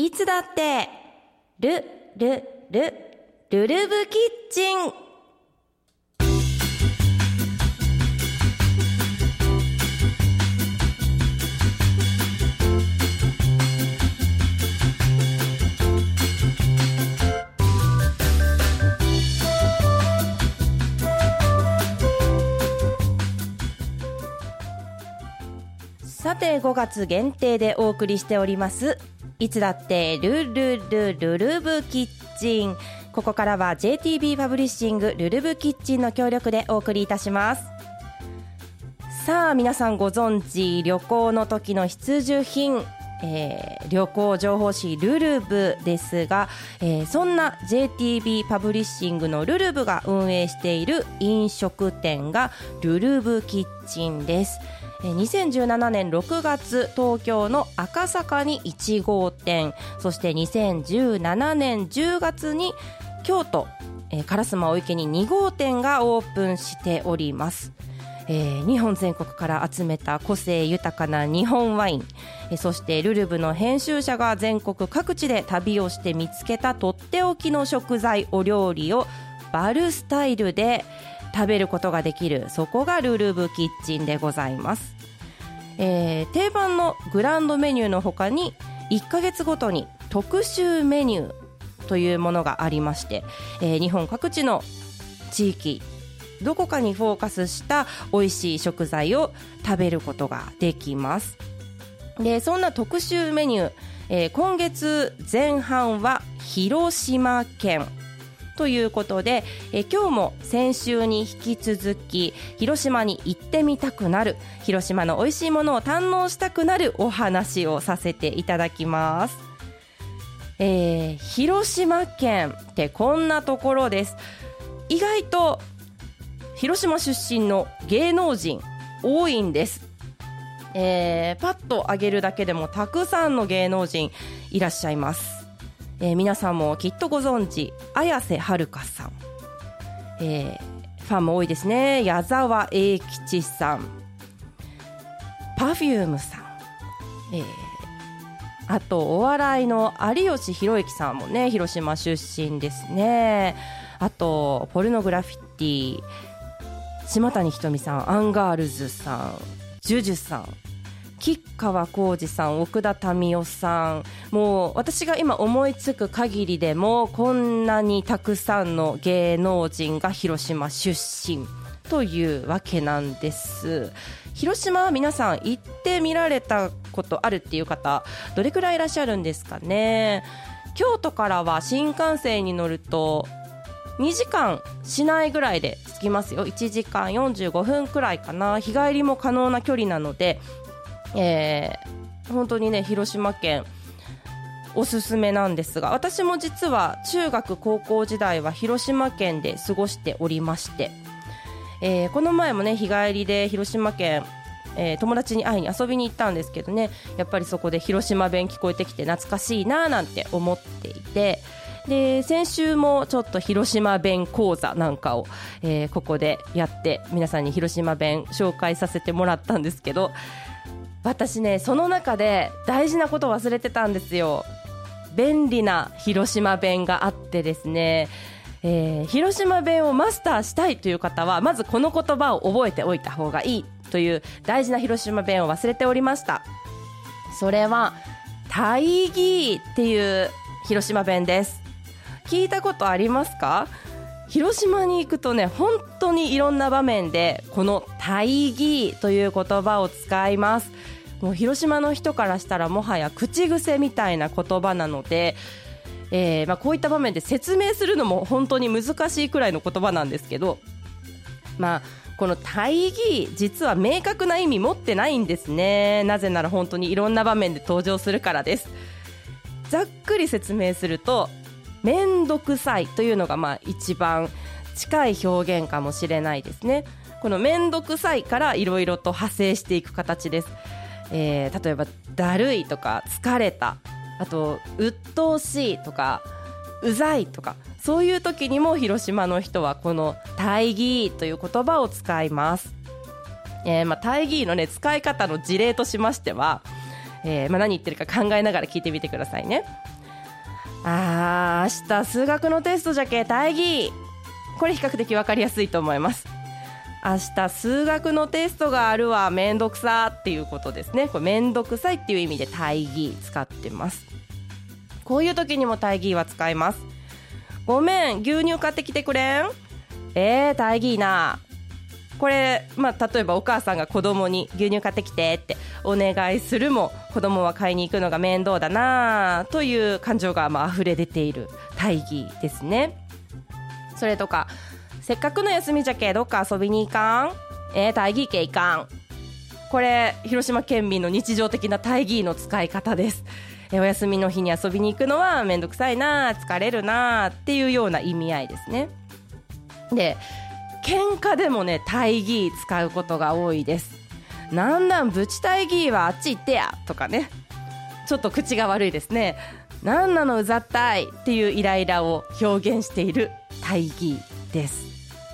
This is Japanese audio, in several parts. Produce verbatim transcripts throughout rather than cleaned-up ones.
いつだってルルルルルブキッチン。さてごがつ限定でお送りしておりますいつだってルルルルルブキッチン。ここからは ジェイティービー パブリッシングルルブキッチンの協力でお送りいたします。さあ皆さんご存知、旅行の時の必需品、えー、旅行情報誌ルルブですが、えー、そんな ジェイティービー パブリッシングのルルブが運営している飲食店がルルブキッチンです。にせんじゅうななねんろくがつ東京の赤坂にいちごうてん、そしてにせんじゅうななねんじゅうがつに京都、えー、烏丸御池ににごうてんがオープンしております。えー、日本全国から集めた個性豊かな日本ワイン、えー、そしてルルブの編集者が全国各地で旅をして見つけたとっておきの食材お料理をバルスタイルで食べることができる、そこがルルブキッチンでございます。えー、定番のグランドメニューの他にいっかげつごとに特集メニューというものがありまして、えー、日本各地の地域どこかにフォーカスした美味しい食材を食べることができます。でそんな特集メニュー、えー、今月前半は広島県ということで、え今日も先週に引き続き広島に行ってみたくなる、広島の美味しいものを堪能したくなるお話をさせていただきます。えー、広島県ってこんなところです。意外と広島出身の芸能人多いんです。えー、パッと挙げるだけでもたくさんの芸能人いらっしゃいます。えー、皆さんもきっとご存知綾瀬はるかさん、えー、ファンも多いですね。矢沢永吉さん、パフュームさん、えー、あとお笑いの有吉弘行さんもね広島出身ですね。あとポルノグラフィティ島谷ひとみさん、アンガールズさん、ジュジュさん、吉川晃司さん、奥田民生さん、もう私が今思いつく限りでもこんなにたくさんの芸能人が広島出身というわけなんです。広島は皆さん行ってみられたことあるっていう方どれくらいいらっしゃるんですかね。京都からは新幹線に乗るとにじかんしないぐらいで着きますよ。いちじかんよんじゅうごふんくらいかな。日帰りも可能な距離なので、えー、本当にね広島県おすすめなんですが、私も実は中学高校時代は広島県で過ごしておりまして、えー、この前もね日帰りで広島県、えー、友達に会いに遊びに行ったんですけどね、やっぱりそこで広島弁聞こえてきて懐かしいななんて思っていて、で先週もちょっと広島弁講座なんかを、えー、ここでやって皆さんに広島弁紹介させてもらったんですけど、私ねその中で大事なことを忘れてたんですよ。便利な広島弁があってですね、えー、広島弁をマスターしたいという方はまずこの言葉を覚えておいた方がいいという大事な広島弁を忘れておりました。それは大義っていう広島弁です。聞いたことありますか？広島に行くとね本当にいろんな場面でこの大義という言葉を使います。もう広島の人からしたらもはや口癖みたいな言葉なので、えーまあ、こういった場面で説明するのも本当に難しいくらいの言葉なんですけど、まあこの大義実は明確な意味持ってないんですね。なぜなら本当にいろんな場面で登場するからです。ざっくり説明するとめんどくさいというのがまあ一番近い表現かもしれないですね。このめんどくさいからいろいろと派生していく形です。えー、例えばだるいとか疲れた、あと鬱陶しいとかうざいとか、そういう時にも広島の人はこの大義という言葉を使います。えーまあ、大義の、ね、使い方の事例としましては、えーまあ、何言ってるか考えながら聞いてみてくださいね。 あー明日数学のテストじゃけ大義、これ比較的分かりやすいと思います。明日数学のテストがあるわ、めんどくさっていうことですね。これめんどくさいっていう意味で大義使ってます。こういう時にも大義は使います。ごめん牛乳買ってきてくれん。えー大義な。これ、まあ、例えばお母さんが子供に牛乳買ってきてってお願いするも、子供は買いに行くのが面倒だなという感情がまあ溢れ出ている大義ですね。それとか、せっかくの休みじゃけどっか遊びに行かん。えー、大義けいかん。これ広島県民の日常的な大義の使い方です。えー、お休みの日に遊びに行くのはめんどくさいな、疲れるなっていうような意味合いですね。で、喧嘩でもね大義使うことが多いです。なんなんぶち大義はあっち行ってやとかね、ちょっと口が悪いですね。なんなのうざったいっていうイライラを表現している大義です。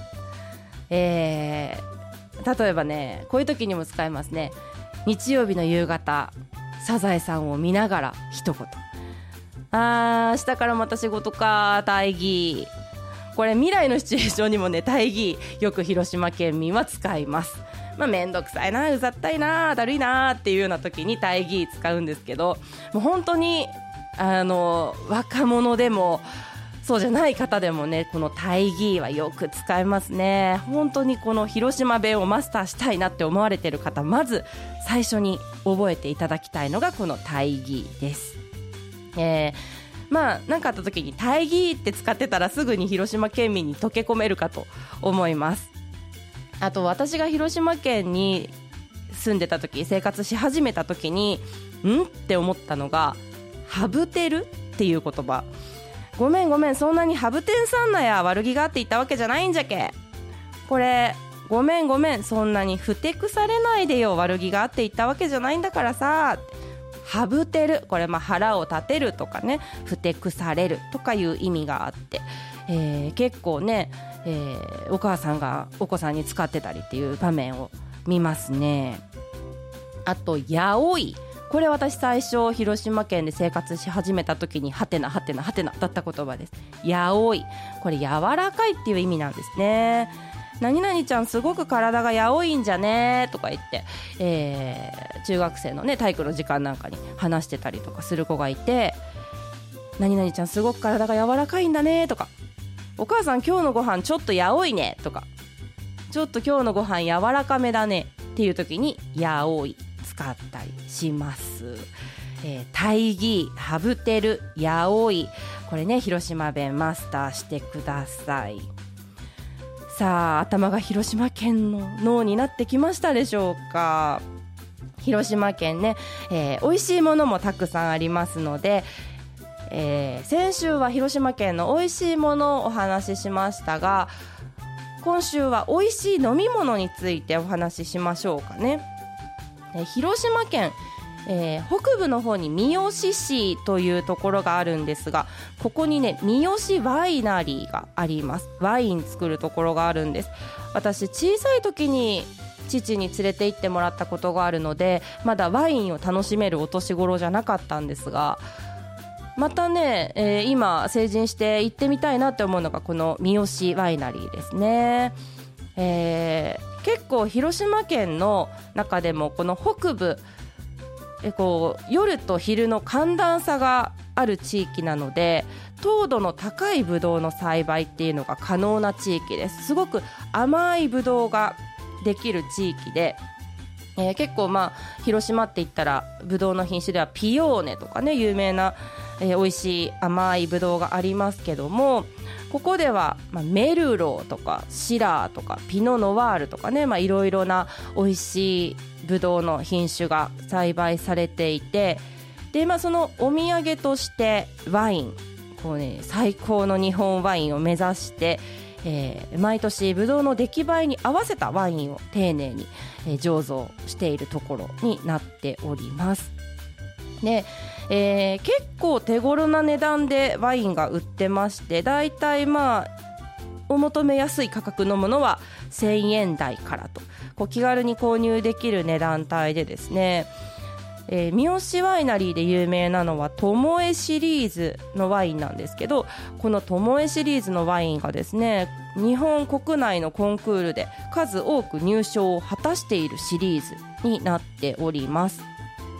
えー、例えばねこういう時にも使えますね。日曜日の夕方、サザエさんを見ながら一言、あー明日からまた仕事か大義。これ未来のシチュエーションにもね大義よく広島県民は使います。まあ、めんどくさいな、うざったいな、だるいなっていうような時に大義使うんですけど、もう本当にあの若者でもそうじゃない方でもねこの大義はよく使えますね。本当にこの広島弁をマスターしたいなって思われている方、まず最初に覚えていただきたいのがこの大義です。えーまあ何かあった時に大義って使ってたらすぐに広島県民に溶け込めるかと思います。あと私が広島県に住んでた時、生活し始めた時にんって思ったのがハブテルっていう言葉。ごめんごめん、そんなにハブテンさんなや悪気があって言ったわけじゃないんじゃけ。これごめんごめん、そんなにふてくされないでよ、悪気があって言ったわけじゃないんだからさ。ハブテル、これまあ腹を立てるとかね、ふてくされるとかいう意味があって、えー、結構ね、えー、お母さんがお子さんに使ってたりっていう場面を見ますね。あとやおい、これ私最初広島県で生活し始めた時にハテナハテナハテナだった言葉です。やおい、これ柔らかいっていう意味なんですね。何々ちゃんすごく体がやおいんじゃねとか言って、えー、中学生のね体育の時間なんかに話してたりとかする子がいて、何々ちゃんすごく体が柔らかいんだねとか、お母さん今日のご飯ちょっとやおいねとか、ちょっと今日のご飯柔らかめだねっていう時にやおい使ったりします。えー、大義、ハブテル、やおい、これね広島弁マスターしてください。さあ頭が広島県の脳になってきましたでしょうか。広島県ね、えー、美味しいものもたくさんありますので、えー、先週は広島県の美味しいものをお話ししましたが、今週は美味しい飲み物についてお話ししましょうかね。えー、広島県、えー、北部の方に三次市というところがあるんですが、ここにね三次ワイナリーがあります。ワイン作るところがあるんです。私小さい時に父に連れて行ってもらったことがあるので、まだワインを楽しめるお年頃じゃなかったんですが、またね、えー、今成人して行ってみたいなって思うのがこの三次ワイナリーですね。えー、結構広島県の中でもこの北部、えこう夜と昼の寒暖差がある地域なので、糖度の高いブドウの栽培っていうのが可能な地域です。すごく甘いブドウができる地域で、えー、結構まあ広島って言ったらブドウの品種ではピオーネとかね有名な、えー、美味しい甘いブドウがありますけども、ここでは、まあ、メルローとかシラーとかピノノワールとかね、まあ、いろいろな美味しいブドウの品種が栽培されていて、で、まあ、そのお土産としてワイン、こう、ね、最高の日本ワインを目指して、えー、毎年ブドウの出来栄えに合わせたワインを丁寧に、えー、醸造しているところになっております。で、えー、結構手頃な値段でワインが売ってまして、だいたいまあお求めやすい価格のものはせんえん台からと、こう気軽に購入できる値段帯でですね、 えー、三好ワイナリーで有名なのはともえシリーズのワインなんですけど、このともえシリーズのワインがですね、日本国内のコンクールで数多く入賞を果たしているシリーズになっております。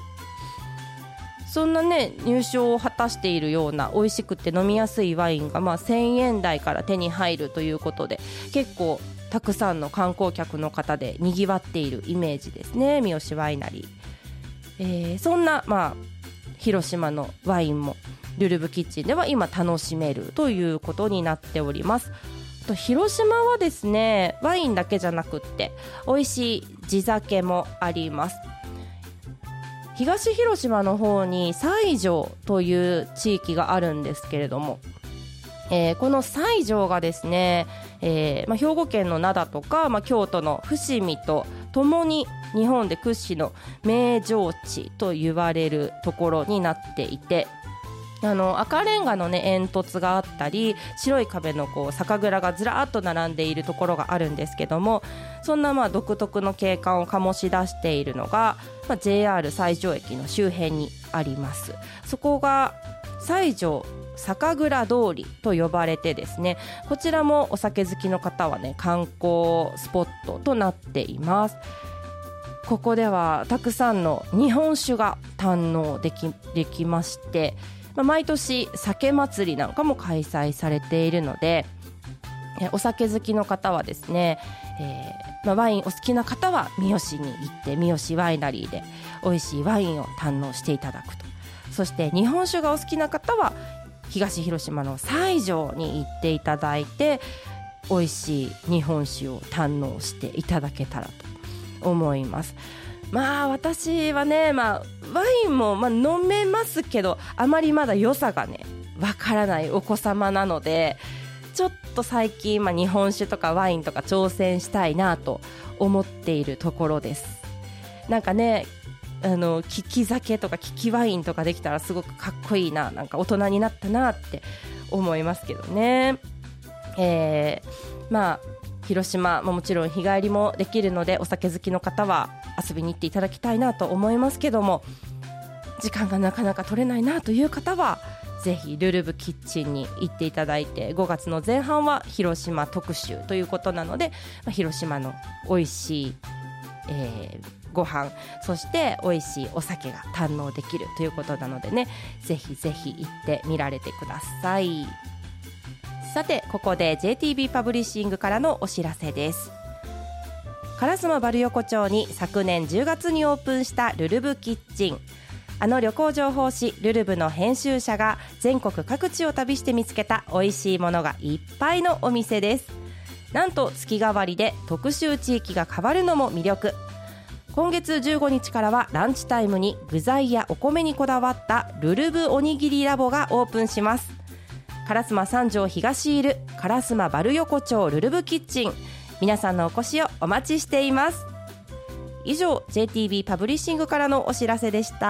そんなね入賞を果たしているような美味しくて飲みやすいワインが、まあ、せんえん台から手に入るということで、結構たくさんの観光客の方でにぎわっているイメージですね、三好ワイナリー。えー、そんな、まあ、広島のワインもルルブキッチンでは今楽しめるということになっております。と広島はですね、ワインだけじゃなくって美味しい地酒もあります。東広島の方に西条という地域があるんですけれども、えー、この西条がですね、えーまあ、兵庫県の灘とか、まあ、京都の伏見とともに日本で屈指の名城地と言われるところになっていて、あの赤レンガの、ね、煙突があったり白い壁のこう酒蔵がずらーっと並んでいるところがあるんですけども、そんなまあ独特の景観を醸し出しているのが、まあ、ジェイアール 西条駅の周辺にあります。そこが西条酒蔵通りと呼ばれてですね、こちらもお酒好きの方はね観光スポットとなっています。ここではたくさんの日本酒が堪能でき、できまして、まあ、毎年酒祭りなんかも開催されているので、えお酒好きの方はですね、えーまあ、ワインお好きな方は三好に行って三好ワイナリーで美味しいワインを堪能していただくと。そして日本酒がお好きな方は東広島の西条に行っていただいて美味しい日本酒を堪能していただけたらと思います。まあ私はね、まあ、ワインもまあ飲めますけど、あまりまだ良さがねわからないお子様なので、ちょっと最近、まあ、日本酒とかワインとか挑戦したいなと思っているところです。なんかね、あの利き酒とか利きワインとかできたらすごくかっこいいな、なんか大人になったなって思いますけどね。えー、まあ広島ももちろん日帰りもできるので、お酒好きの方は遊びに行っていただきたいなと思いますけども、時間がなかなか取れないなという方はぜひルルブキッチンに行っていただいて、ごがつの前半は広島特集ということなので、まあ、広島の美味しい、えー、ご飯、そして美味しいお酒が堪能できるということなのでね、ぜひぜひ行ってみられてください。さてここで ジェイティービー パブリッシングからのお知らせです。烏丸バル横丁に昨年じゅうがつにオープンしたルルブキッチン、あの旅行情報誌ルルブの編集者が全国各地を旅して見つけた美味しいものがいっぱいのお店です。なんと月替わりで特集地域が変わるのも魅力。今月じゅうごにちからはランチタイムに具材やお米にこだわったルルブおにぎりラボがオープンします。烏丸三条東いる烏丸バル横丁ルルブキッチン、皆さんのお越しをお待ちしています。以上 ジェイティービー パブリッシングからのお知らせでした。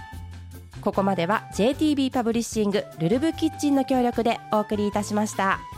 ここまでは ジェイティービー パブリッシングルルブキッチンの協力でお送りいたしました。